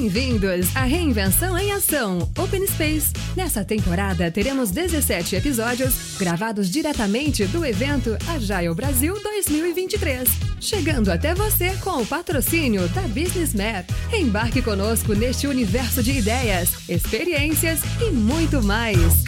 Bem-vindos à Reinvenção em Ação, Open Space. Nessa temporada teremos 17 episódios gravados diretamente do evento Agile Brasil 2023. Chegando até você com o patrocínio da Business Map. Embarque conosco neste universo de ideias, experiências e muito mais.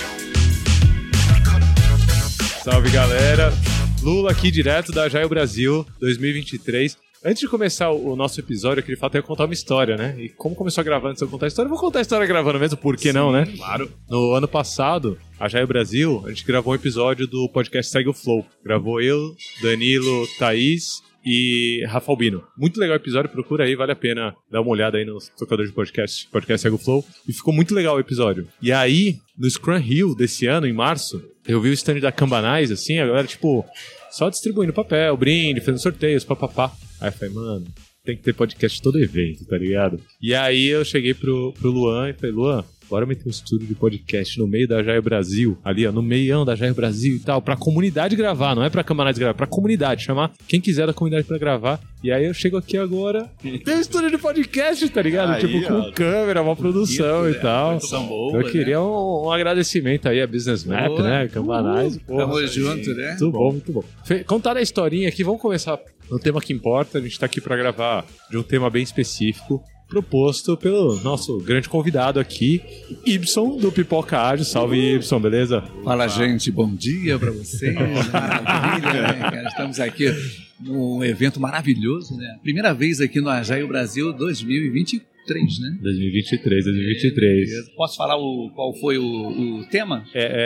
Salve, galera! Lula aqui direto da Agile Brasil 2023. Antes de começar o nosso episódio, eu queria falar, eu ia contar uma história, né? E como começou a gravar antes de eu contar a história, eu vou contar a história gravando mesmo, por que não, né? Claro. No ano passado, a Agile Brasil, a gente gravou um episódio do podcast Segue o Flow. Gravou eu, Danilo, Thaís e Rafa Albino. Muito legal o episódio, procura aí, vale a pena dar uma olhada aí nos tocadores de podcast Segue o Flow. E ficou muito legal o episódio. E aí, no Scrum Hill desse ano, em março, eu vi o stand da Cambanais, assim, a galera, tipo, só distribuindo papel, brinde, fazendo sorteios, papapá. Aí eu falei, mano, tem que ter podcast todo evento, tá ligado? E aí eu cheguei pro Luan e falei, Luan, bora meter um estúdio de podcast no meio da Agile Brasil, ali ó, no meião da Agile Brasil e tal, pra comunidade gravar, não é pra Cambanais gravar, pra comunidade, chamar quem quiser da comunidade pra gravar. E aí eu chego aqui agora, tem um estúdio de podcast, tá ligado? Aí, tipo, com ó, câmera, uma produção e tal. Boa, Eu queria um agradecimento aí a Business Map, Boa. né? Cambanais. Tamo junto, né? Muito bom, muito bom. Contar a historinha aqui, vamos começar no tema que importa. A gente tá aqui pra gravar de um tema bem específico, proposto pelo nosso grande convidado aqui, Ibson, do Pipoca Ágil. Salve, Ibson, beleza? Fala, gente, bom dia pra vocês. Maravilha, né, cara? Estamos aqui num evento maravilhoso, né? Primeira vez aqui no Agile Brasil 2023, né? 2023. Posso falar qual foi o tema?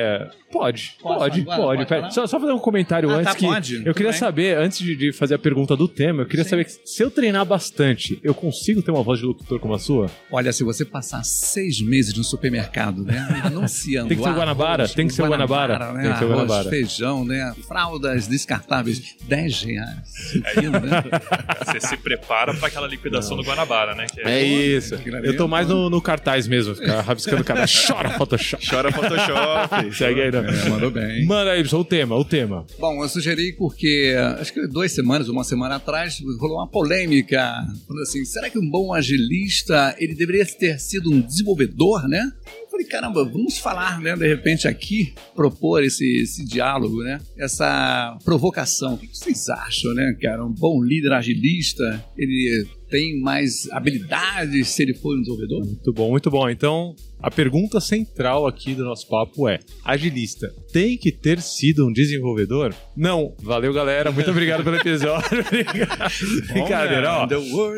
Pode. Pode Pera, falar? só fazer um comentário antes tá, que pode. eu queria Tudo bem. saber, antes de fazer a pergunta do tema, eu queria saber se eu treinar bastante, eu consigo ter uma voz de locutor como a sua? Olha, se você passar 6 meses no supermercado, né? Anunciando. Tem que ser o Guanabara? Tem que ser o Guanabara. Né? Tem que ser o Arroz, Guanabara. feijão, né? Fraldas descartáveis, R$10. Quilo, né? Você se prepara pra aquela liquidação do Guanabara, né? Que É isso. aquilo ali Eu tô é mais no cartaz mesmo, ficar rabiscando o cara. Chora Photoshop. Chora Photoshop. Segue aí, né? Mandou bem. Manda aí, Ibson, o tema. Bom, eu sugeri porque acho que 2 semanas, uma semana atrás, rolou uma polêmica. Falando assim, será que um bom agilista, ele deveria ter sido um desenvolvedor, né? Eu falei, caramba, vamos falar, né, de repente aqui, propor esse diálogo, né? Essa provocação. O que vocês acham, né, cara? Um bom líder agilista, ele tem mais habilidades se ele for um desenvolvedor? Muito bom. Então, a pergunta central aqui do nosso papo é: agilista tem que ter sido um desenvolvedor? Não. Valeu, galera. Muito obrigado pelo episódio. Brincadeira, ó. The word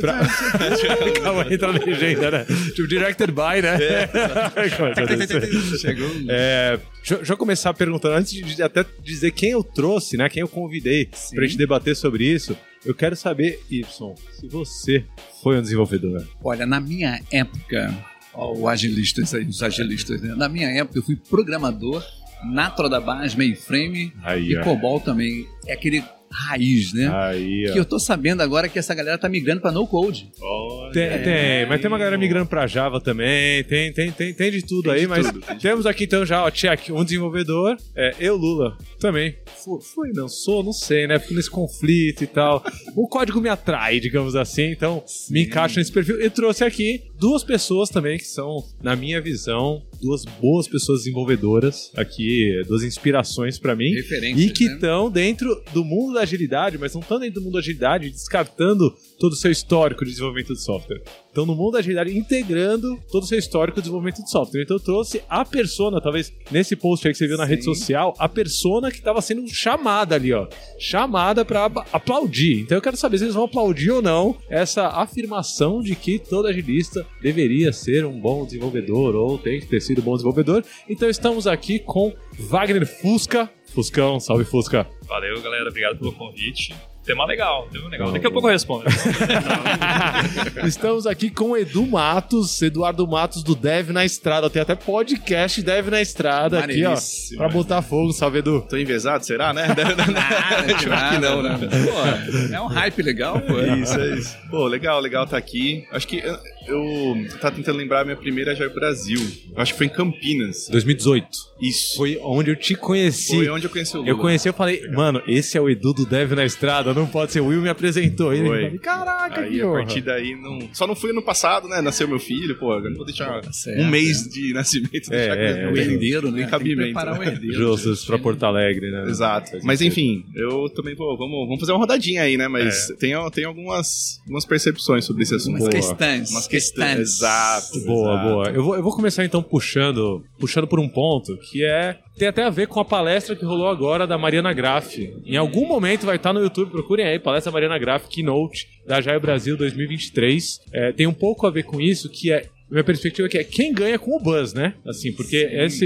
Calma, entra na legenda, né? Tipo, directed by, né? chegou. Deixa eu começar perguntando, antes de até dizer quem eu trouxe, né? Quem eu convidei pra gente debater sobre isso. Eu quero saber, Ibson, se você foi um desenvolvedor. Olha, na minha época, os agilistas, né? Na minha época eu fui programador, Natural da Base, Mainframe e COBOL também. É aquele raiz, né? Que eu tô sabendo agora que essa galera tá migrando pra no-code. Tem, mas tem uma galera migrando pra Java também, tem de tudo aí, mas temos aqui então já, ó, check, um desenvolvedor, eu, Lula, também. Não sou, não sei, né? Fico nesse conflito e tal. O código me atrai, digamos assim, então me encaixo nesse perfil. E trouxe aqui 2 pessoas também que são, na minha visão, 2 boas pessoas desenvolvedoras aqui, 2 inspirações pra mim. Referências, e que né? estão dentro do mundo da agilidade, mas não estão dentro do mundo da agilidade descartando todo o seu histórico de desenvolvimento de software. Então, no mundo da agilidade, integrando todo o seu histórico de desenvolvimento de software. Então, eu trouxe a persona, talvez nesse post aí que você viu na rede social, a persona que estava sendo chamada ali, ó. Chamada para aplaudir. Então, eu quero saber se eles vão aplaudir ou não essa afirmação de que todo agilista deveria ser um bom desenvolvedor ou tem que ter sido um bom desenvolvedor. Então, estamos aqui com Wagner Fusca. Fuscão, salve Fusca. Valeu, galera. Obrigado pelo convite. Tema legal. Daqui a pouco eu respondo. Estamos aqui com Eduardo Matos do Dev na Estrada. Tem até podcast Dev na Estrada aqui, ó, pra botar fogo. Salve, Edu. Tô envezado, será, né? Acho que não, né? Pô, é um hype legal, pô. É isso. Pô, legal tá aqui. Acho que eu tava tentando lembrar a minha primeira Agile Brasil. Eu acho que foi em Campinas. 2018. Isso. Foi onde eu te conheci. Foi onde eu conheci o Lula. Eu conheci, eu falei, mano, esse é o Edu do Dev na Estrada, não pode ser. O Will me apresentou. Ele falei, caraca, aí, que a honra. partir daí, não... Só não fui ano passado, né? Nasceu meu filho, pô, agora não vou deixar certo, um mês de nascimento. O herdeiro, né? Tem cabimento. Preparar o herdeiro. Justus pra Porto Alegre, né? Exato. Mas enfim, eu também vamos fazer uma rodadinha aí, né? Mas tem algumas percepções sobre esse assunto. Umas questões. Exato. Boa. Eu vou começar então puxando por um ponto que tem até a ver com a palestra que rolou agora da Mariana Graff. Em algum momento vai estar no YouTube, procurem aí, palestra Mariana Graff, Keynote da Agile Brasil 2023. Tem um pouco a ver com isso, que minha perspectiva é quem ganha com o buzz, né? Assim, porque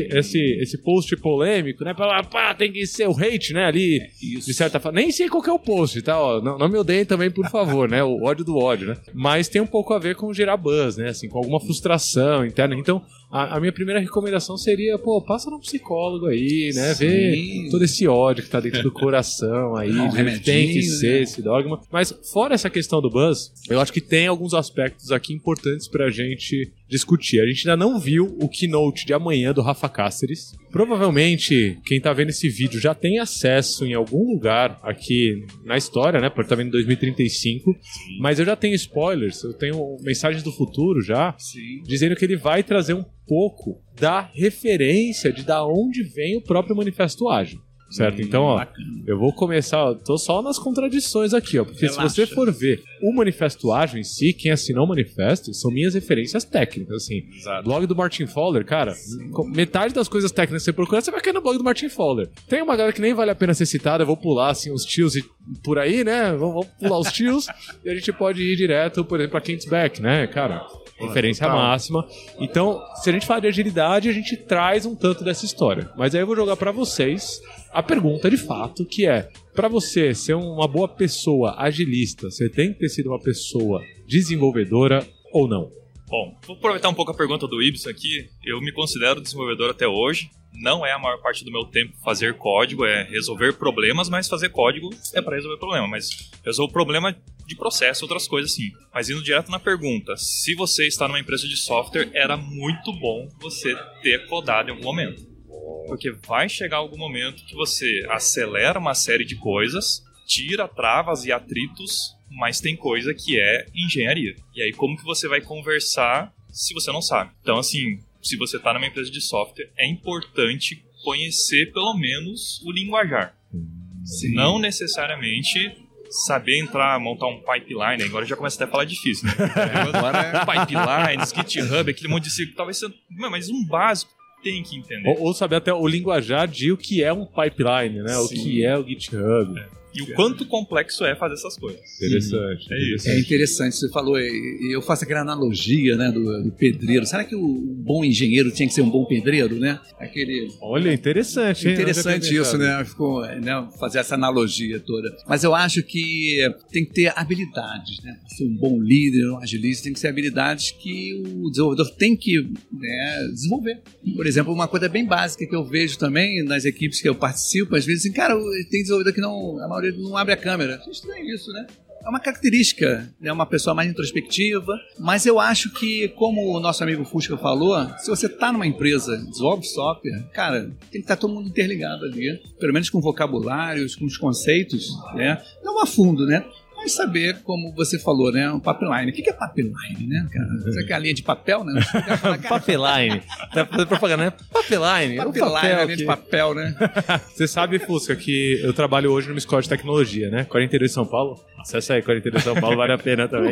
esse post polêmico, né? Tem que ser o hate, né? Ali, de certa forma. Nem sei qual que é o post, tá? Ó, não me odeiem também, por favor, né? O ódio do ódio, né? Mas tem um pouco a ver com gerar buzz, né? Assim, com alguma frustração interna. Então, a minha primeira recomendação seria, passa num psicólogo aí, né? Sim. Ver todo esse ódio que tá dentro do coração aí. Tem que ser esse dogma. Mas, fora essa questão do buzz, eu acho que tem alguns aspectos aqui importantes pra gente discutir. A gente ainda não viu o keynote de amanhã do Rafa Cáceres. Provavelmente, quem tá vendo esse vídeo já tem acesso em algum lugar aqui na história, né? Porque tá vendo em 2035. Sim. Mas eu já tenho spoilers, eu tenho mensagens do futuro já, dizendo que ele vai trazer um pouco da referência de da onde vem o próprio Manifesto Ágil. Certo? Então, ó, eu vou começar, tô só nas contradições aqui, ó, porque se você for ver o Manifesto Ágil em si, quem assinou o manifesto são minhas referências técnicas, assim. Exato. Blog do Martin Fowler, cara, metade das coisas técnicas que você procura, você vai cair no blog do Martin Fowler. Tem uma galera que nem vale a pena ser citada, eu vou pular, assim, os tios e por aí, né? Vamos pular os tios e a gente pode ir direto, por exemplo, pra Kent's Beck, né, cara? Referência máxima. Então, se a gente fala de agilidade, a gente traz um tanto dessa história. Mas aí eu vou jogar pra vocês a pergunta de fato, que é: pra você ser uma boa pessoa agilista, você tem que ter sido uma pessoa desenvolvedora ou não? Bom, vou aproveitar um pouco a pergunta do Ibsen aqui. Eu me considero desenvolvedor até hoje. Não é a maior parte do meu tempo fazer código, é resolver problemas, mas fazer código é para resolver problema. Mas resolver problema de processo, outras coisas assim. Mas indo direto na pergunta, se você está numa empresa de software, era muito bom você ter codado em algum momento. Porque vai chegar algum momento que você acelera uma série de coisas, tira travas e atritos, mas tem coisa que é engenharia. E aí como que você vai conversar se você não sabe? Então assim, se você está numa empresa de software, é importante conhecer pelo menos o linguajar. Sim. Não necessariamente saber entrar, montar um pipeline. Agora já começa até a falar difícil, né? Agora pipelines, GitHub, aquele monte de ciclo. Talvez você... Mas um básico tem que entender. Ou saber até o linguajar de o que é um pipeline, né? Sim. O que é o GitHub. E o quanto complexo é fazer essas coisas. Interessante. É isso. É interessante, você falou, e eu faço aquela analogia, né, do pedreiro. Será que o bom engenheiro tinha que ser um bom pedreiro, né? Olha, interessante, hein? Interessante isso, né? Ficou, né? Fazer essa analogia toda. Mas eu acho que tem que ter habilidades, né? Ser um bom líder, um agilista, tem que ser habilidades que o desenvolvedor tem que, né, desenvolver. Por exemplo, uma coisa bem básica que eu vejo também nas equipes que eu participo, às vezes, assim, cara, tem desenvolvedor que a maioria não abre a câmera. É estranho isso, né? É uma característica, né? Uma pessoa mais introspectiva, mas eu acho que, como o nosso amigo Fusca falou, se você está numa empresa, desenvolve software, cara, tem que estar todo mundo interligado ali, pelo menos com vocabulários, com os conceitos, né? Não a fundo, né? Mas saber, como você falou, né? Um pipeline. O que é pipeline, né, cara? Será que é a linha de papel, né? Pipeline. Tá fazendo propaganda, né? Pipeline. Pipeline, a linha de papel, né? Você sabe, Fusca, que eu trabalho hoje numa escola de tecnologia, né? 42 de São Paulo. Acessa aí, 42 de São Paulo, vale a pena também.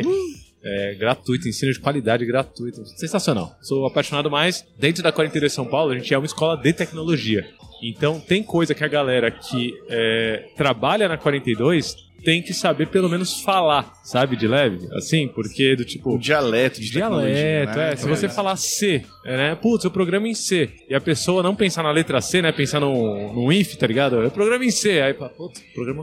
É gratuito, ensino de qualidade gratuito. Sensacional. Sou apaixonado, mais dentro da 42 de São Paulo, a gente é uma escola de tecnologia. Então, tem coisa que a galera que trabalha na 42 tem que saber pelo menos falar, sabe, de leve, assim, porque do tipo... O dialeto de tecnologia, né? Se você falar C, né, putz, eu programo em C, e a pessoa não pensar na letra C, né, pensar no if, tá ligado? Eu programo em C, aí, putz, programa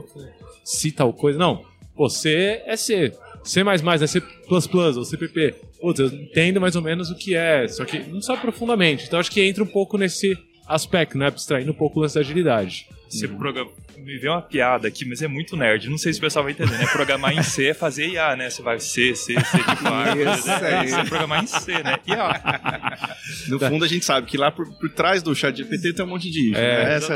C tal coisa, não, pô, C é C, C++ é C++ ou CPP, putz, eu entendo mais ou menos o que é, só que não sabe profundamente, então acho que entra um pouco nesse aspecto, né, abstraindo um pouco dessa agilidade. Você me veio uma piada aqui, mas é muito nerd. Não sei se o pessoal vai entender, né? Programar em C é fazer IA, né? Você vai C, tipo árvore. Você programar em C, né? IA. No fundo, a gente sabe que lá por trás do ChatGPT tem um monte de isso.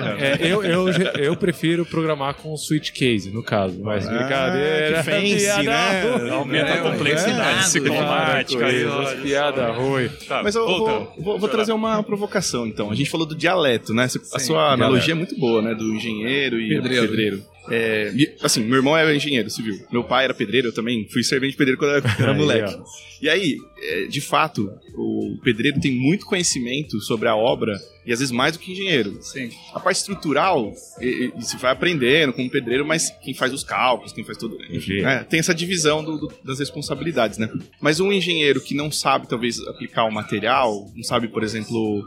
Eu prefiro programar com switch case, no caso. Mas brincadeira. Que fancy, né? Aumenta a complexidade psicomática. Piada ruim. Tá, mas eu vou trazer uma provocação, então. A gente falou do dialeto, né? A sua analogia é muito boa, né? Do engenheiro e pedreiro. Assim, meu irmão era engenheiro civil. Meu pai era pedreiro, eu também fui servente de pedreiro quando eu era moleque. E aí, de fato, o pedreiro tem muito conhecimento sobre a obra e às vezes mais do que engenheiro. Sim. A parte estrutural, se vai aprendendo como pedreiro, mas quem faz os cálculos, quem faz tudo, enfim, tem essa divisão das responsabilidades, né? Mas um engenheiro que não sabe, talvez, aplicar o material, não sabe, por exemplo,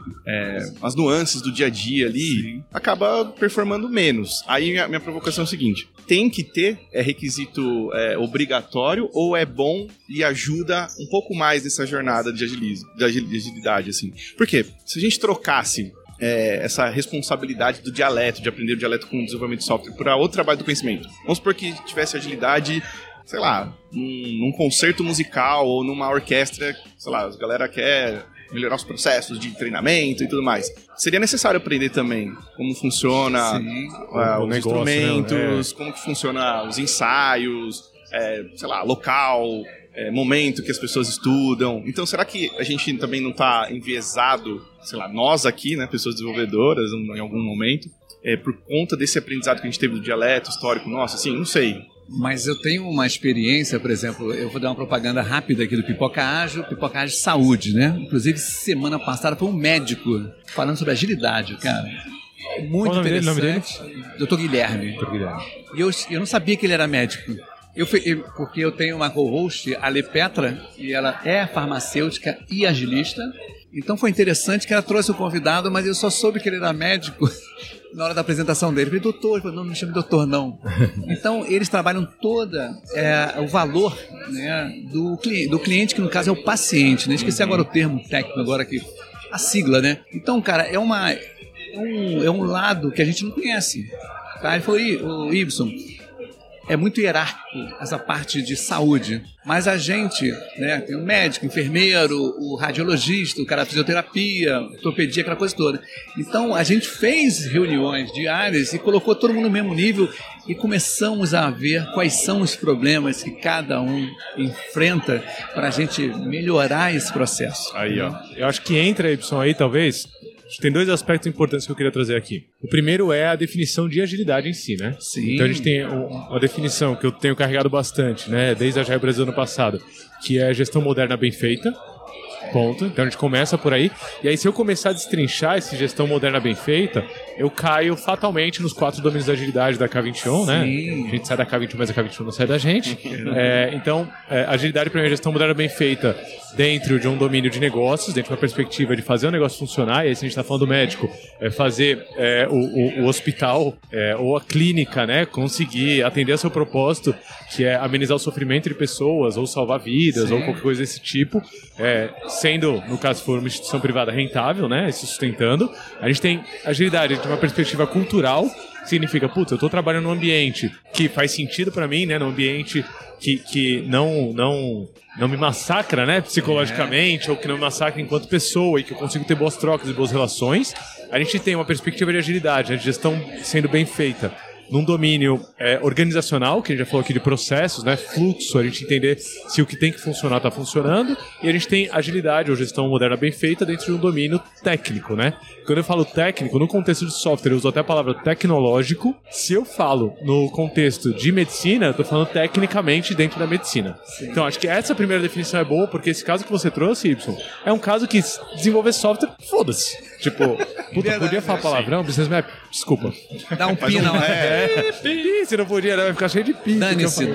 as nuances do dia a dia ali, acaba performando menos. Aí minha provocação é o seguinte: tem que ter requisito obrigatório ou é bom e ajuda um pouco mais nessa jornada de agilidade, assim? Por quê? Se a gente trocasse essa responsabilidade do dialeto, de aprender o dialeto com o desenvolvimento de software para outro trabalho do conhecimento, vamos supor que tivesse agilidade, sei lá, num concerto musical ou numa orquestra, sei lá, a galera quer melhorar os processos de treinamento e tudo mais. Seria necessário aprender também como funciona os negócio, instrumentos, como que funciona os ensaios, sei lá, local, momento que as pessoas estudam. Então, será que a gente também não está enviesado, sei lá, nós aqui, né, pessoas desenvolvedoras, em algum momento, por conta desse aprendizado que a gente teve do dialeto histórico nosso, assim, não sei. Mas eu tenho uma experiência, por exemplo, eu vou dar uma propaganda rápida aqui do Pipoca Ágil Saúde, né? Inclusive, semana passada foi um médico falando sobre agilidade, cara. Muito interessante. Dr. Guilherme. E eu não sabia que ele era médico. Porque eu tenho uma co-host, a Lepetra, e ela é farmacêutica e agilista. Então foi interessante que ela trouxe o convidado, mas eu só soube que ele era médico na hora da apresentação dele. Eu falei, doutor? Ele falou, não me chame doutor, não. Então eles trabalham toda o valor, né, do cliente, que no caso é o paciente, né? Esqueci agora o termo técnico, agora aqui, a sigla, né? Então, cara, é um lado que a gente não conhece. Tá? Ele falou, o Ibson, é muito hierárquico essa parte de saúde, mas a gente, né, tem o médico, o enfermeiro, o radiologista, o cara da fisioterapia, ortopedia, aquela coisa toda. Então a gente fez reuniões diárias e colocou todo mundo no mesmo nível e começamos a ver quais são os problemas que cada um enfrenta para a gente melhorar esse processo. Aí, ó. Eu acho que entra, Y, aí, talvez. Tem dois aspectos importantes que eu queria trazer aqui. O primeiro é a definição de agilidade em si, né? Sim. Então a gente tem uma definição que eu tenho carregado bastante, né? Desde a Jaio Brasil ano passado, que é a gestão moderna bem feita. Ponto. Então a gente começa por aí. E aí, se eu começar a destrinchar essa gestão moderna bem feita, eu caio fatalmente nos 4 domínios da agilidade da K21, né? A gente sai da K21, mas a K21 não sai da gente. Então, agilidade para mim é gestão moderna bem feita dentro de um domínio de negócios, dentro de uma perspectiva de fazer o negócio funcionar. E aí, se a gente está falando do médico, fazer o hospital ou a clínica, né, conseguir atender ao seu propósito, que é amenizar o sofrimento de pessoas, ou salvar vidas, ou qualquer coisa desse tipo, sendo, no caso, se for uma instituição privada rentável, né, se sustentando. A gente tem agilidade de uma perspectiva cultural, que significa, putz, eu estou trabalhando num ambiente que faz sentido para mim, né, num ambiente que não me massacra, né, psicologicamente, ou que não me massacra enquanto pessoa, e que eu consigo ter boas trocas e boas relações. A gente tem uma perspectiva de agilidade, né, de gestão sendo bem feita num domínio organizacional, que a gente já falou aqui de processos, né, fluxo, a gente entender se o que tem que funcionar está funcionando, e a gente tem agilidade ou gestão moderna bem feita dentro de um domínio técnico, né? Quando eu falo técnico, no contexto de software, eu uso até a palavra tecnológico. Se eu falo no contexto de medicina, eu estou falando tecnicamente dentro da medicina. Sim. Então, acho que essa primeira definição é boa, porque esse caso que você trouxe, Y, é um caso que desenvolver software, foda-se. Tipo, puta, podia falar palavrão? Business Map? Desculpa. Dá um pi, não é? Se não podia, vai ficar cheio de pi. Dane-se.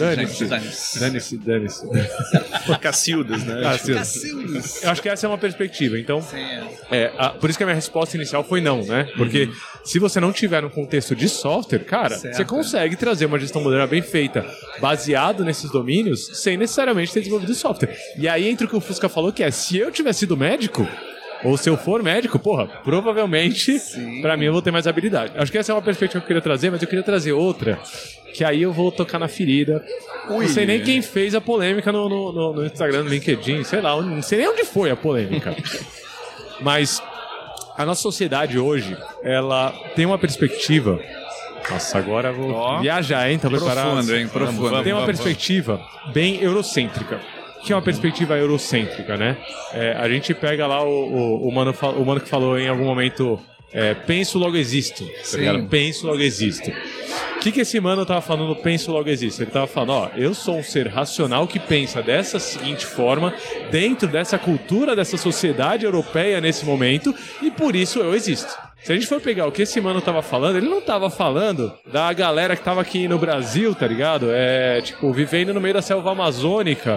Cacildas, né? Cacildas. Eu acho que essa é uma perspectiva. Então, por isso que a minha resposta inicial foi não, né? Porque se você não tiver no contexto de software, cara, você consegue trazer uma gestão moderna bem feita, baseado nesses domínios, sem necessariamente ter desenvolvido software. E aí entra o que o Fusca falou, que é, se eu tivesse sido médico, Ou se eu for médico, porra, provavelmente, pra mim, eu vou ter mais habilidade. Acho que essa é uma perspectiva que eu queria trazer, mas eu queria trazer outra, que aí eu vou tocar na ferida. Não sei nem quem fez a polêmica no Instagram, no LinkedIn, sei lá, não sei nem onde foi a polêmica. Mas a nossa sociedade hoje, ela tem uma perspectiva... Nossa, agora eu vou viajar, hein? Tá preparado? Profundo, hein? Profundo. Tem uma perspectiva bem eurocêntrica. Que é uma perspectiva eurocêntrica, né? A gente pega lá o mano que falou em algum momento penso, logo existo. Tá ligado? Penso, logo existo. O que esse mano tava falando no penso, logo existo? Ele tava falando, eu sou um ser racional que pensa dessa seguinte forma, dentro dessa cultura, dessa sociedade europeia nesse momento, e por isso eu existo. Se a gente for pegar o que esse mano tava falando, ele não tava falando da galera que tava aqui no Brasil, tá ligado? Tipo, vivendo no meio da selva amazônica,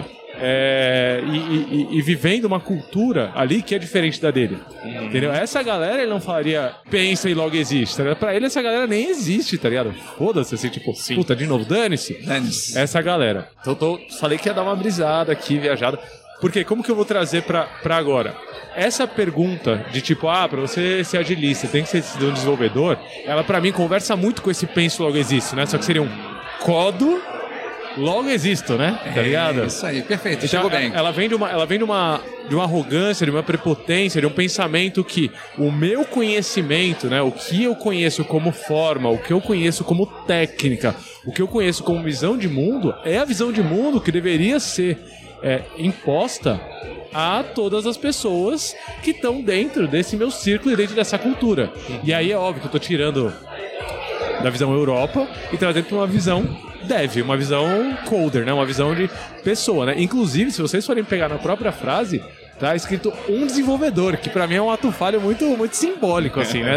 e vivendo uma cultura ali que é diferente da dele. Entendeu? Essa galera ele não falaria pensa e logo existe, tá ligado? Pra ele essa galera nem existe, tá ligado? Foda-se, assim, tipo, puta, de novo, dane-se. Essa galera. Então falei que ia dar uma brisada aqui, viajada. Porque como que eu vou trazer pra agora? Essa pergunta de tipo, pra você ser agilista, tem que ser um desenvolvedor, ela pra mim conversa muito com esse penso logo existe, né? Só que seria um codo logo existo, né? Tá ligado? Isso aí, perfeito, então, chegou bem. Ela vem de uma arrogância, de uma prepotência, de um pensamento que o meu conhecimento, né? O que eu conheço como forma, o que eu conheço como técnica, o que eu conheço como visão de mundo, é a visão de mundo que deveria ser imposta a todas as pessoas que estão dentro desse meu círculo e dentro dessa cultura. E aí é óbvio que eu tô tirando da visão Europa e trazendo para uma visão dev, uma visão coder, né? Uma visão de pessoa, né? Inclusive, se vocês forem pegar na própria frase, tá escrito um desenvolvedor, que pra mim é um ato falho muito, muito simbólico, assim, né?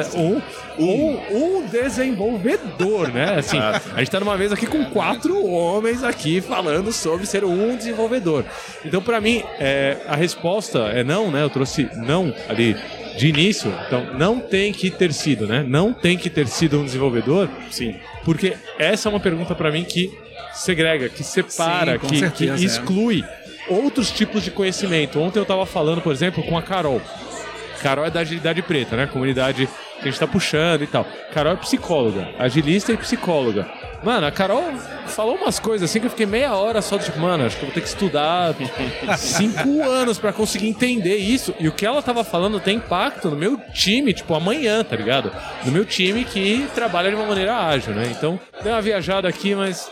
Um desenvolvedor, né? Assim, a gente tá numa mesa aqui com 4 homens aqui falando sobre ser um desenvolvedor. Então, pra mim, a resposta é não, né? Eu trouxe não ali de início. Então, não tem que ter sido, né? Não tem que ter sido um desenvolvedor. Sim. Porque essa é uma pergunta pra mim que segrega, que separa, sim, que exclui outros tipos de conhecimento. Ontem eu tava falando, por exemplo, com a Carol. Carol é da Agilidade Preta, né? Comunidade que a gente tá puxando e tal. Carol é psicóloga, agilista e psicóloga. Mano, a Carol falou umas coisas assim que eu fiquei meia hora só, tipo, mano, acho que eu vou ter que estudar 5 anos pra conseguir entender isso. E o que ela tava falando tem impacto no meu time, tipo, amanhã, tá ligado? No meu time que trabalha de uma maneira ágil, né? Então, deu uma viajada aqui, mas...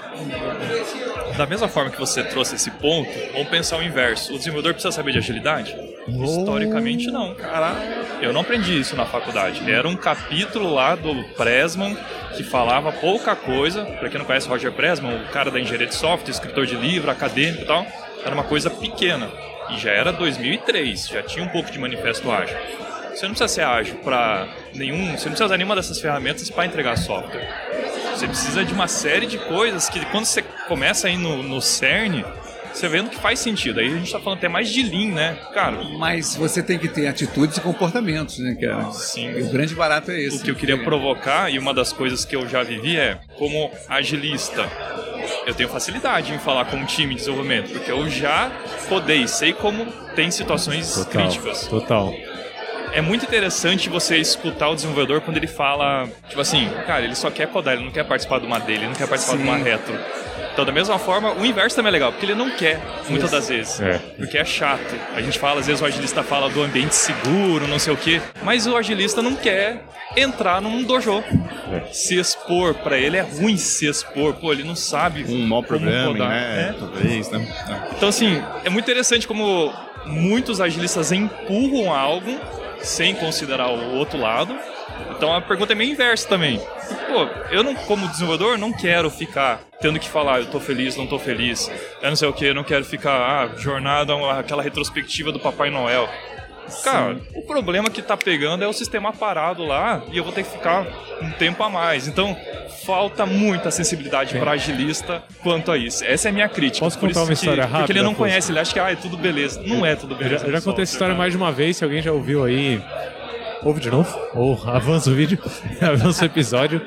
Da mesma forma que você trouxe esse ponto, vamos pensar o inverso. O desenvolvedor precisa saber de agilidade? Historicamente, não. Caralho. Eu não aprendi isso na faculdade. Era um capítulo lá do Pressman que falava pouca coisa. Pra quem não conhece Roger Pressman, o cara da engenharia de software, escritor de livro, acadêmico e tal, era uma coisa pequena. E já era 2003, já tinha um pouco de manifesto ágil. Você não precisa ser ágil pra nenhum... Você não precisa usar nenhuma dessas ferramentas para entregar software. Você precisa de uma série de coisas que quando você começa a ir no cerne, você vendo que faz sentido. Aí a gente tá falando até mais de Lean, né? Cara... Mas você tem que ter atitudes e comportamentos, né, cara? Sim. E o grande barato é esse. O que eu queria provocar, e uma das coisas que eu já vivi é, como agilista, eu tenho facilidade em falar com um time de desenvolvimento, porque eu já rodei, sei como tem situações críticas. Total. É muito interessante você escutar o desenvolvedor quando ele fala, tipo assim, cara, ele só quer codar, ele não quer participar de uma dele, ele não quer participar de uma retro. Então, da mesma forma, o inverso também é legal, porque ele não quer, muitas das vezes, porque é chato. A gente fala, às vezes o agilista fala do ambiente seguro, não sei o quê, mas o agilista não quer entrar num dojo. Se expor, pra ele é ruim se expor, pô, ele não sabe mau como programa, codar. né? Talvez, né? Então, assim, é muito interessante como muitos agilistas empurram algo sem considerar o outro lado. Então a pergunta é meio inversa também. Pô, eu não, como desenvolvedor, não quero ficar tendo que falar, eu tô feliz, não tô feliz, eu não sei o que, eu não quero ficar, jornada, aquela retrospectiva do Papai Noel. Cara, o problema que tá pegando é o sistema parado lá e eu vou ter que ficar um tempo a mais. Então, falta muita sensibilidade para agilista quanto a isso. Essa é a minha crítica. Posso contar uma história rápida? Porque ele não conhece, ele acha que é tudo beleza. Não é tudo beleza. Eu já contei essa história mais de uma vez, se alguém já ouviu aí, ouve de novo, ou avança o vídeo, avança o episódio.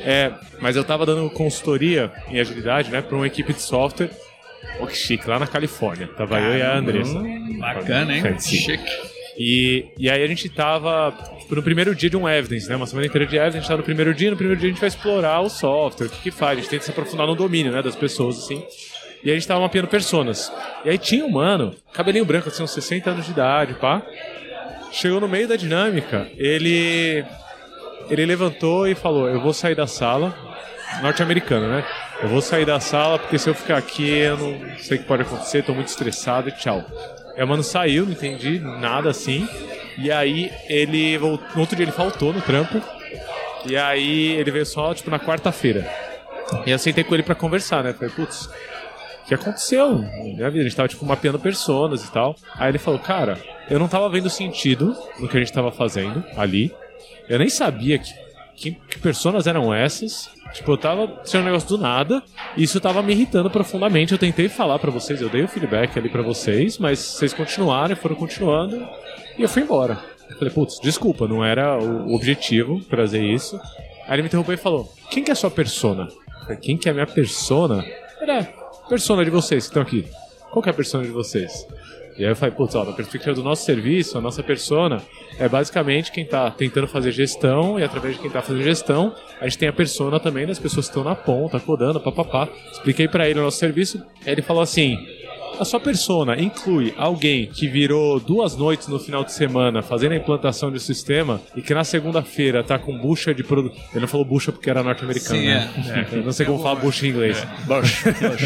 Mas eu tava dando consultoria em agilidade, né, para uma equipe de software. Oh, que chique, lá na Califórnia. Tava eu e a Andressa. Bacana, hein? Chique. E aí a gente tava no primeiro dia de um Evidence, né? Uma semana inteira de Evidence, a gente tava no primeiro dia a gente vai explorar o software, o que faz, a gente tenta se aprofundar no domínio, né, das pessoas, assim. E aí a gente tava mapeando personas. E aí tinha um mano, cabelinho branco, assim, uns 60 anos de idade, pá. Chegou no meio da dinâmica, ele levantou e falou, eu vou sair da sala, norte-americano, né? Eu vou sair da sala porque se eu ficar aqui eu não sei o que pode acontecer, tô muito estressado e tchau. Aí o mano saiu, não entendi nada assim. E aí ele voltou, no outro dia ele faltou no trampo. E aí ele veio só, tipo, na quarta-feira. E eu sentei com ele pra conversar, né? Falei, putz, o que aconteceu? Minha vida, a gente tava, tipo, mapeando personas e tal. Aí ele falou, cara, eu não tava vendo sentido no que a gente tava fazendo ali. Eu nem sabia que personas eram essas. Tipo, eu tava sendo um negócio do nada. E isso tava me irritando profundamente. Eu tentei falar pra vocês, eu dei o feedback ali pra vocês, mas vocês continuaram, foram continuando. E eu fui embora. Eu falei, putz, desculpa, não era o objetivo trazer isso. Aí ele me interrompeu e falou, quem que é a sua persona? Eu falei, quem que é a minha persona? Era a persona de vocês que estão aqui. Qual que é a persona de vocês? E aí eu falei, putz, ó, da perspectiva do nosso serviço, a nossa persona é basicamente quem tá tentando fazer gestão, e através de quem tá fazendo gestão, a gente tem a persona também das pessoas que estão na ponta, codando, papapá. Expliquei pra ele o nosso serviço, aí ele falou assim, a sua persona inclui alguém que virou 2 noites no final de semana fazendo a implantação de um sistema e que na segunda-feira tá com bucha de produto. Ele não falou bucha porque era norte-americano, sim, né? Eu não sei como falar bucha em inglês. Bush.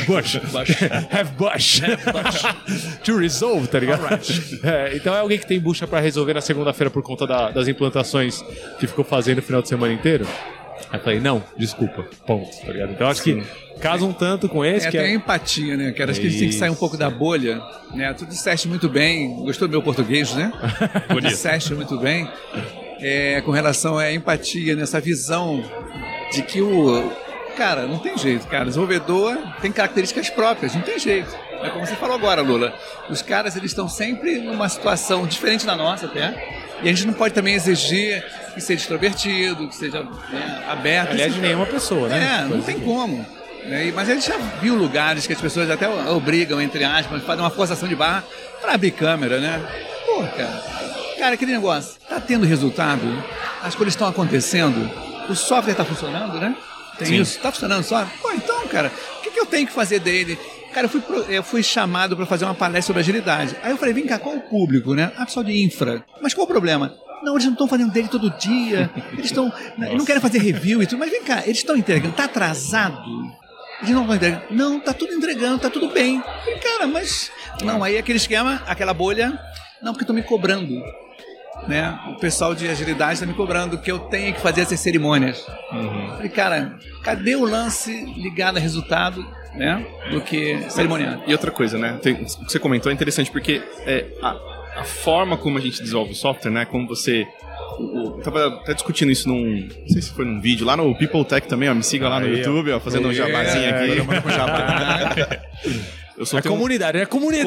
Have bush. To resolve, tá ligado? Então é alguém que tem bucha pra resolver na segunda-feira por conta das implantações que ficou fazendo o final de semana inteiro. Aí eu falei, não, desculpa, ponto, tá ligado? Então acho que casa um tanto com esse. Que tem a empatia, né, cara? Acho que a gente tem que sair um pouco da bolha, né? Tu disseste muito bem, gostou do meu português, né? Disseste muito bem com relação à empatia, nessa visão de que cara, não tem jeito, cara. O desenvolvedor tem características próprias, não tem jeito. É como você falou agora, Lula. Os caras, eles estão sempre numa situação diferente da nossa até. E a gente não pode também exigir que seja extrovertido, que seja aberto. Aliás, de nenhuma pessoa, né? Não tem como. Mas a gente já viu lugares que as pessoas até obrigam, entre aspas, fazem uma forçação de barra para abrir câmera, né? Pô, cara, aquele negócio, tá tendo resultado, as coisas estão acontecendo, o software tá funcionando, né? Tem isso, tá funcionando o software? Pô, então, cara, o que eu tenho que fazer dele? Cara, eu fui chamado para fazer uma palestra sobre agilidade. Aí eu falei, vem cá, qual o público, né? Ah, pessoal de infra. Mas qual o problema? Não, eles não estão fazendo dele todo dia. Eles não querem fazer review e tudo. Mas vem cá, eles estão entregando. Tá atrasado? Eles não estão entregando. Não, tá tudo entregando, tá tudo bem. E, cara, mas... Não, aí aquele esquema, aquela bolha... Não, porque estão me cobrando. Né? O pessoal de agilidade está me cobrando que eu tenho que fazer essas cerimônias. Falei, cara, cadê o lance ligado a resultado, né? Do que cerimonial? E outra coisa, né? O que você comentou é interessante porque a forma como a gente desenvolve o software, né? Como você... Eu tava até discutindo isso não sei se foi num vídeo, lá no People Tech também, ó, me siga lá no YouTube, ó, fazendo um jabazinho aqui. Eu sou comunidade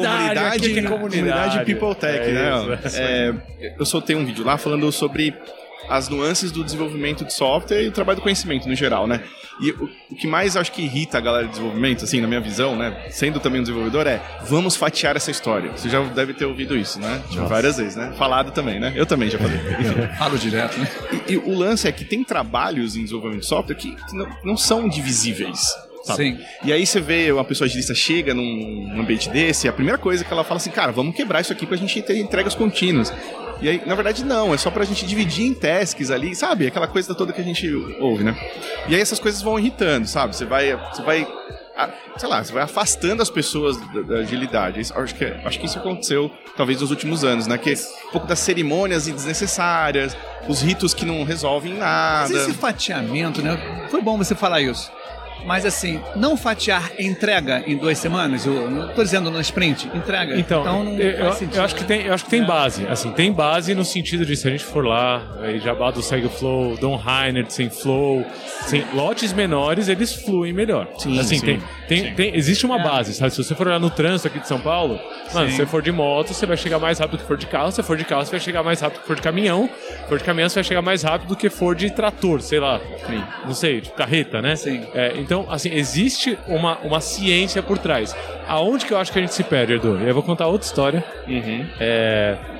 People Tech, né? Eu soltei um vídeo lá falando sobre as nuances do desenvolvimento de software e o trabalho do conhecimento no geral, né? E o que mais acho que irrita a galera de desenvolvimento, assim, na minha visão, né? Sendo também um desenvolvedor, vamos fatiar essa história. Você já deve ter ouvido isso, né? Várias vezes, né? Falado também, né? Eu também já falei. Falo direto, né? E o lance é que tem trabalhos em desenvolvimento de software que não são divisíveis. Sabe? Sim. E aí você vê uma pessoa agilista chega num ambiente desse, a primeira coisa que ela fala assim, cara, vamos quebrar isso aqui pra gente ter entregas contínuas. E aí, na verdade, não, é só pra gente dividir em tasks ali, sabe? Aquela coisa toda que a gente ouve, né? E aí essas coisas vão irritando, sabe? Você vai sei lá, você vai afastando as pessoas da agilidade. Acho que isso aconteceu, talvez, nos últimos anos, né? Que um pouco das cerimônias desnecessárias, os ritos que não resolvem nada. Mas esse fatiamento, né? Foi bom você falar isso. Mas assim, não fatiar entrega em 2 semanas, eu não estou dizendo no sprint, entrega. Então não eu acho que tem base. Assim, tem base no sentido de se a gente for lá, Jabá do Segue o Flow, Don Reinert sem Flow, lotes menores, eles fluem melhor. Sim, assim, sim. Existe uma base, sabe? Se você for olhar no trânsito aqui de São Paulo, mano, se você for de moto, você vai chegar mais rápido do que for de carro. Se for de carro, você vai chegar mais rápido do que for de caminhão. Se for de caminhão, você vai chegar mais rápido do que for de trator, sei lá. Sim. Não sei, tipo carreta, né? Sim. Então, assim, existe uma ciência por trás. Aonde que eu acho que a gente se perde, Edu? E eu vou contar outra história.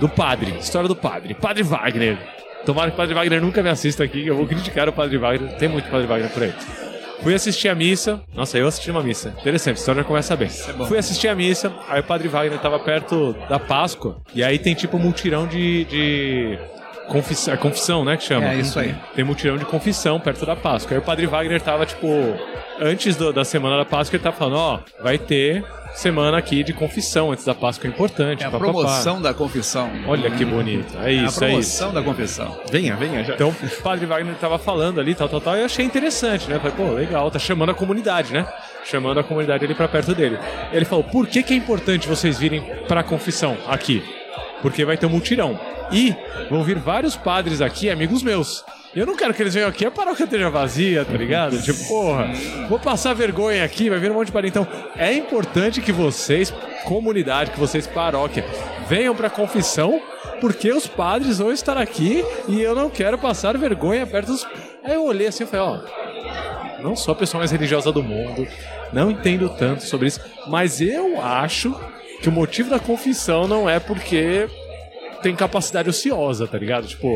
do padre. História do padre. Padre Wagner. Tomara que o Padre Wagner nunca me assista aqui, que eu vou criticar o Padre Wagner. Tem muito Padre Wagner por aí. Fui assistir a missa. Nossa, eu assisti uma missa. Interessante, a história já começa bem. Fui assistir a missa, aí o Padre Wagner tava perto da Páscoa, e aí tem tipo um mutirão de confissão, né, que chama. É, isso aí. Tem mutirão de confissão perto da Páscoa. Aí o Padre Wagner tava, tipo, antes da semana da Páscoa, ele tava falando, vai ter semana aqui de confissão antes da Páscoa, é importante. É a promoção da confissão. Olha que bonito. É isso, a promoção da confissão. Venha já. Então, o Padre Wagner tava falando ali, tal, e eu achei interessante, né? Falei, pô, legal, tá chamando a comunidade, né? Chamando a comunidade ali pra perto dele. Ele falou, por que é importante vocês virem pra confissão aqui? Porque vai ter um mutirão. E vão vir vários padres aqui, amigos meus. Eu não quero que eles venham aqui, a paróquia esteja vazia, tá ligado? Tipo, porra, vou passar vergonha aqui, vai vir um monte de padre. Então, é importante que vocês, comunidade, que vocês, paróquia, venham pra confissão, porque os padres vão estar aqui e eu não quero passar vergonha perto dos... Aí eu olhei assim e falei, não sou a pessoa mais religiosa do mundo, não entendo tanto sobre isso, mas eu acho que o motivo da confissão não é porque tem capacidade ociosa, tá ligado? Tipo,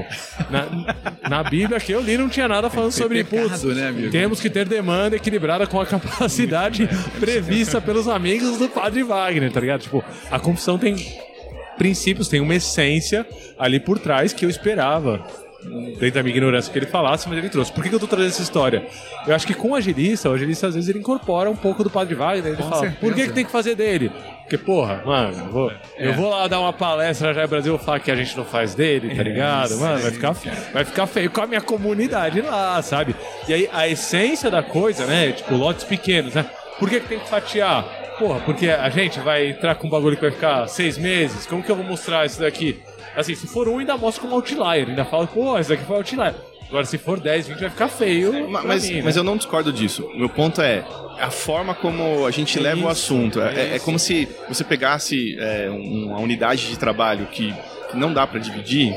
na Bíblia que eu li não tinha nada falando sobre pecado, né, amigo? Temos que ter demanda equilibrada com a capacidade prevista pelos amigos do Padre Wagner, tá ligado? Tipo, a confissão tem princípios, tem uma essência ali por trás que eu esperava, dentro da minha ignorância, que ele falasse, mas ele trouxe. Por que eu tô trazendo essa história? Eu acho que com o agilista às vezes ele incorpora um pouco do Padre Wagner, ele fala, por que tem que fazer dele? Porque, porra, mano, eu vou lá dar uma palestra já no Brasil, eu vou falar que a gente não faz dele, tá ligado? Mano, vai ficar feio com a minha comunidade lá, sabe? E aí, a essência da coisa, né, tipo, lotes pequenos, né? Por que tem que fatiar? Porra, porque a gente vai entrar com um bagulho que vai ficar 6 meses, como que eu vou mostrar isso daqui? Assim, se for um, ainda mostra como outlier, ainda fala, pô, esse daqui foi outlier. Agora, se for 10, 20, vai ficar feio. Mas eu não discordo disso. O meu ponto é a forma como a gente leva o assunto. É como se você pegasse uma unidade de trabalho que não dá pra dividir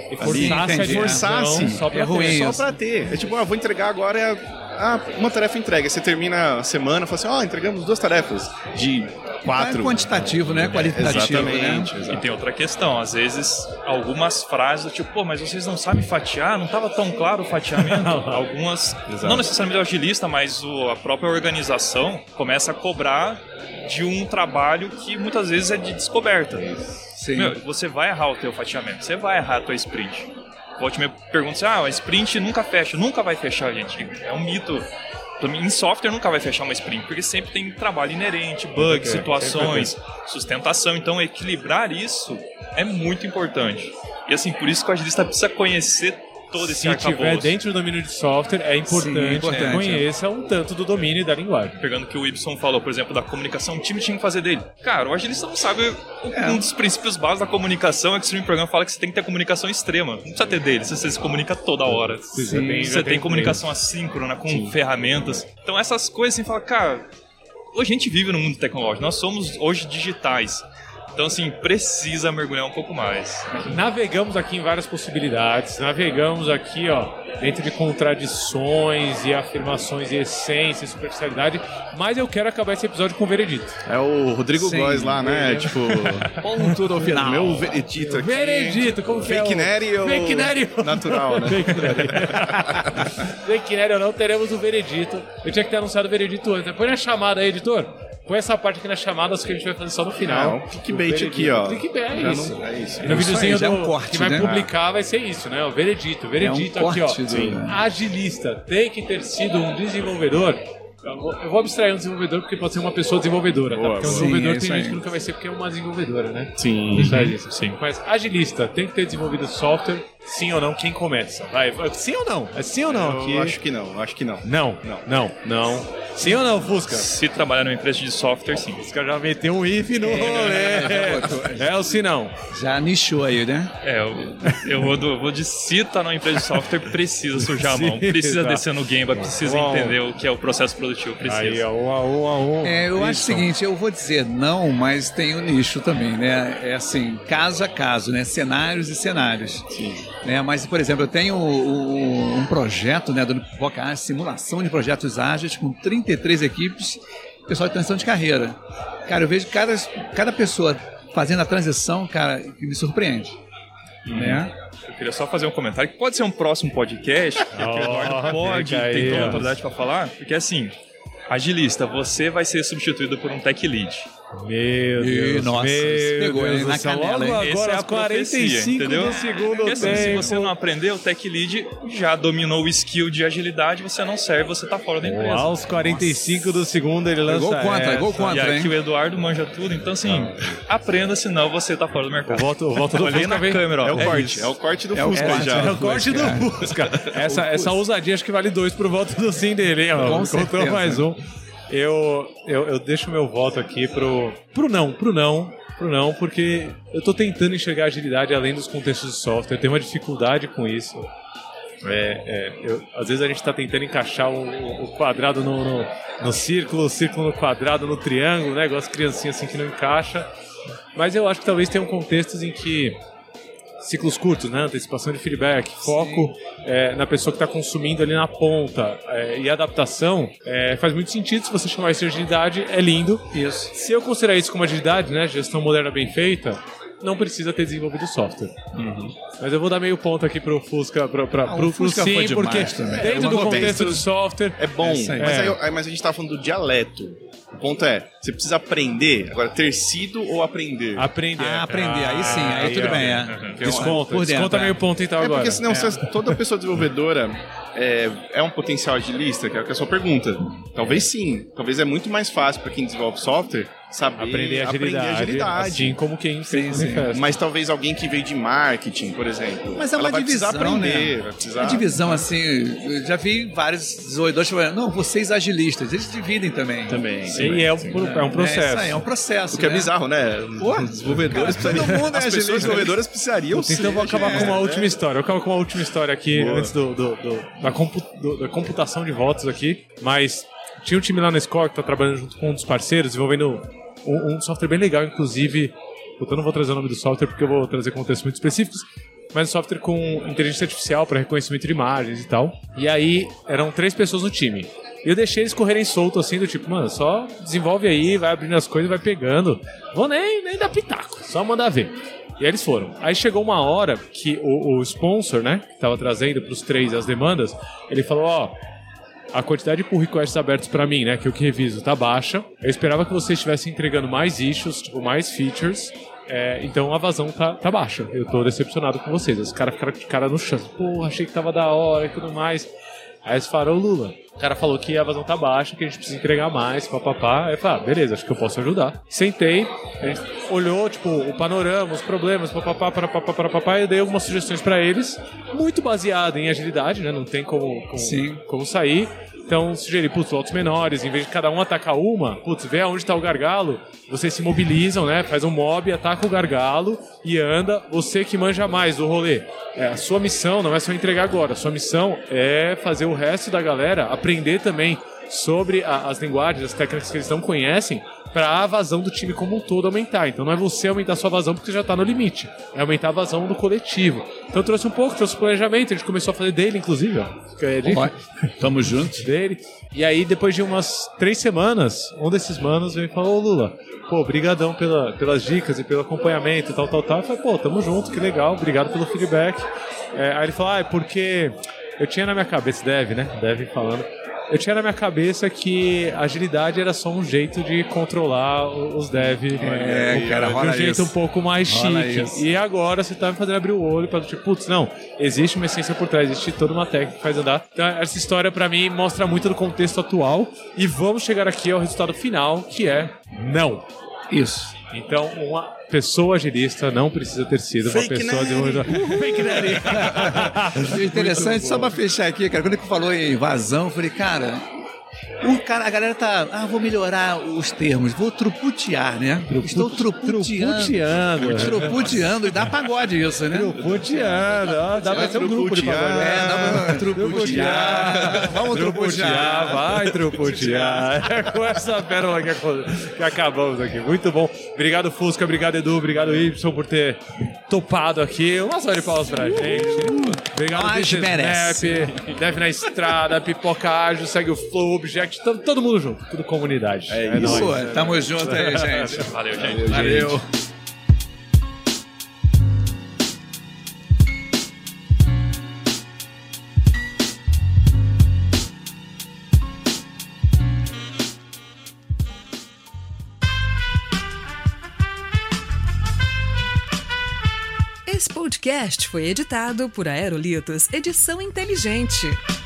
e forçasse só pra ter. É tipo, vou entregar agora uma tarefa entrega. Você termina a semana e fala assim, entregamos 2 tarefas de 4. É quantitativo, né? Qualitativo, exatamente, né? E tem outra questão, às vezes algumas frases do tipo, mas vocês não sabem fatiar? Não estava tão claro o fatiamento? Algumas, não necessariamente o agilista, mas a própria organização começa a cobrar de um trabalho que muitas vezes é de descoberta. Sim. Você vai errar o teu fatiamento, você vai errar a tua sprint. Volte me pergunta, a sprint nunca fecha, nunca vai fechar, gente. É um mito. Em software nunca vai fechar uma sprint, porque sempre tem trabalho inerente, bugs, situações, sustentação. Então, equilibrar isso é muito importante. E assim, por isso que o agilista precisa conhecer todo esse arcabouço. Se estiver dentro do domínio de software, é importante que conheça um tanto do domínio da linguagem. Pegando o que o Ibson falou, por exemplo, da comunicação, o time tinha que fazer dele. Cara, o agilista não sabe. Um dos princípios básicos da comunicação é que o Stream Program fala que você tem que ter comunicação extrema. Não precisa ter dele, você se comunica toda hora. Você tem comunicação assíncrona com ferramentas. Então essas coisas assim, fala, cara, hoje a gente vive no mundo tecnológico, nós somos hoje digitais. Então, assim, precisa mergulhar um pouco mais. Navegamos aqui em várias possibilidades, navegamos aqui, dentro de contradições e afirmações e essência e superficialidade, mas eu quero acabar esse episódio com o veredito. É o Rodrigo Góes lá, né? Tipo, ponto no final. Meu veredito aqui. Veredito, como que é? Fake Neri ou Fake Neri natural, né? Fake Neri ou não, teremos o veredito. Eu tinha que ter anunciado o veredito antes. Põe na chamada aí, editor. Põe essa parte aqui nas chamadas que a gente vai fazer só no final. Clickbait aqui, ó. Clickbait, é isso. É isso. No videozinho é um corte, que vai publicar vai ser isso, né? O veredito. O veredito aqui, ó. Agilista tem que ter sido um desenvolvedor. Eu vou abstrair um desenvolvedor porque pode ser uma pessoa desenvolvedora, tá? Porque um desenvolvedor tem gente que nunca vai ser porque é uma desenvolvedora, né? Sim. Sim. Mas agilista tem que ter desenvolvido software, sim ou não? Quem começa? Vai, sim ou não? É sim ou não? Eu acho que não, acho que não. Não. Sim ou não, Fusca? Se trabalhar numa empresa de software, sim. Fusca já meteu um if no rolê. É ou se não? Já nichou aí, né? Eu vou de se tá numa empresa de software, precisa sujar a mão, precisa descer no Gemba, precisa entender o que é o processo produtivo, precisa. Aí, um. Eu acho o seguinte, eu vou dizer não, mas tem o nicho também, né? É assim, caso a caso, né? Cenários e cenários. Sim. Né? Mas, por exemplo, eu tenho um projeto, né, do Boca, simulação de projetos ágeis com 33 equipes, pessoal de transição de carreira. Cara, eu vejo cada pessoa fazendo a transição, cara, que me surpreende. né? Eu queria só fazer um comentário que pode ser um próximo podcast, que o Eduardo pode, tem toda a autoridade para falar, porque assim, agilista, você vai ser substituído por um tech lead. Meu Deus, nossa, pegou Deus na canela, hein? Agora, Essa é a 45 entendeu? do segundo Porque assim, se tempo. você não aprender, o tech lead já dominou o skill de agilidade, você não serve, você tá fora da empresa. Aos 45 do segundo ele lança Gol E contra, aqui hein? o Eduardo manja tudo, então assim, aprenda, senão você tá fora do mercado. Volta do Olhei na câmera, ó. É o corte, isso. é o corte do Fusca já. É o corte do Fusca. Essa ousadia acho que vale 2 pro voto do sim dele, hein? Com Contou certeza. mais um. Eu deixo meu voto aqui pro não, porque eu tô tentando enxergar agilidade além dos contextos de software. Eu tenho uma dificuldade com isso. Às vezes a gente tá tentando encaixar o quadrado no círculo, o círculo no quadrado, no triângulo, né? Igual as criancinhas assim que não encaixa. Mas eu acho que talvez tenham contextos em que ciclos curtos, né? Antecipação de feedback, foco na pessoa que está consumindo ali na ponta, e adaptação faz muito sentido. Se você chamar isso de agilidade, é lindo. Isso. Se eu considerar isso como agilidade, né? Gestão moderna bem feita, não precisa ter desenvolvido software. Mas eu vou dar meio ponto aqui pro Fusca, pro Fusca sim, foi demais porque também. dentro do contexto do software É bom, isso aí. mas a gente tá falando do dialeto. O ponto é, você precisa aprender, agora ter sido ou aprender? aprender. Aprender, aí sim, aí tudo bem, Desconta Por dentro, meio ponto então agora. Porque senão toda pessoa desenvolvedora é um potencial agilista, que é a sua pergunta. Talvez sim, talvez é muito mais fácil para quem desenvolve software saber Aprender agilidade. Assim como quem fez o manifesto. Mas talvez alguém que veio de marketing, por exemplo, Mas é ela uma vai precisar divisão, aprender, né? vai precisar... A divisão, assim, eu já vi vários desenvolvedores falando, não, vocês agilistas, eles dividem também. E é um processo. Isso aí, é um processo. O que é né? bizarro, né? Os desenvolvedores precisariam... todo mundo é As pessoas agilista. desenvolvedoras precisariam Então eu vou acabar com uma última história. Eu acabo com uma última história aqui, Boa. antes da computação de votos aqui. Mas tinha um time lá na Score que tá trabalhando junto com um dos parceiros, desenvolvendo um software bem legal, inclusive. Eu não vou trazer o nome do software porque eu vou trazer contextos muito específicos. Mas um software com inteligência artificial para reconhecimento de imagens e tal. E aí eram 3 pessoas no time. E eu deixei eles correrem solto assim, do tipo, mano, só desenvolve aí, vai abrindo as coisas, vai pegando. Vou nem dar pitaco, só mandar ver. E aí eles foram. Aí chegou uma hora que o sponsor, né, que tava trazendo pros 3 as demandas, ele falou, ó, a quantidade de pull requests abertos pra mim, né, que eu que reviso, tá baixa. Eu esperava que vocês estivessem entregando mais issues, tipo, mais features. Então a vazão tá baixa. Eu tô decepcionado com vocês. Os caras ficaram de cara no chão. Porra, achei que tava da hora e tudo mais. Aí eles falaram, Lula, o cara falou que a vazão tá baixa, que a gente precisa entregar mais, papapá. Aí eu falei, beleza, acho que eu posso ajudar. Sentei, a gente olhou, tipo, o panorama, os problemas, papapá, e eu dei algumas sugestões pra eles, muito baseado em agilidade, né? Não tem como sair. Então, sugeri, votos menores, em vez de cada um atacar uma, vê aonde tá o gargalo, vocês se mobilizam, né? Faz um mob, ataca o gargalo e anda. Você que manja mais do rolê. A sua missão não é só entregar agora, a sua missão é fazer o resto da galera aprender também sobre as linguagens, as técnicas que eles não conhecem, para a vazão do time como um todo aumentar. Então não é você aumentar a sua vazão porque você já está no limite, é aumentar a vazão do coletivo. Então eu trouxe o planejamento, a gente começou a fazer dele, inclusive, ó. Tamo junto. Dele. E aí, depois de umas 3 semanas, um desses manos veio e falou, ô Lula, pô, brigadão pelas dicas e pelo acompanhamento e tal. Eu falei, tamo junto, que legal, obrigado pelo feedback. Aí ele falou, porque eu tinha na minha cabeça, Dev falando, eu tinha na minha cabeça que agilidade era só um jeito de controlar os dev de um jeito um pouco mais chique. E agora você tá me fazendo abrir o olho para tipo, não, existe uma essência por trás, existe toda uma técnica que faz andar. Então essa história pra mim mostra muito do contexto atual e vamos chegar aqui ao resultado final, que é não. Isso. Então, uma pessoa agilista não precisa ter sido uma pessoa desenvolvedora. Fake nerd. Interessante, só pra fechar aqui, cara, quando ele falou em vazão, eu falei, a galera tá, vou melhorar os termos, vou truputear, né? Estou truputeando. Truputeando, e dá pagode isso, né? Truputeando, dá pra ser um grupo de pagode. Dá pra truputear. Vamos truputear. Vai truputear. É com essa pérola que acabamos aqui. Muito bom. Obrigado, Fusca, obrigado, Edu, obrigado, Y, por ter topado aqui. Uma salva de palmas pra gente. Obrigado, Snap, Dev na Estrada, Pipoca Ágil, segue o Flow, Object, todo mundo junto, tudo comunidade. É isso. Nóis. Tamo junto aí, gente. Valeu, gente. Valeu. Esse podcast foi editado por Aerolitos Edição Inteligente.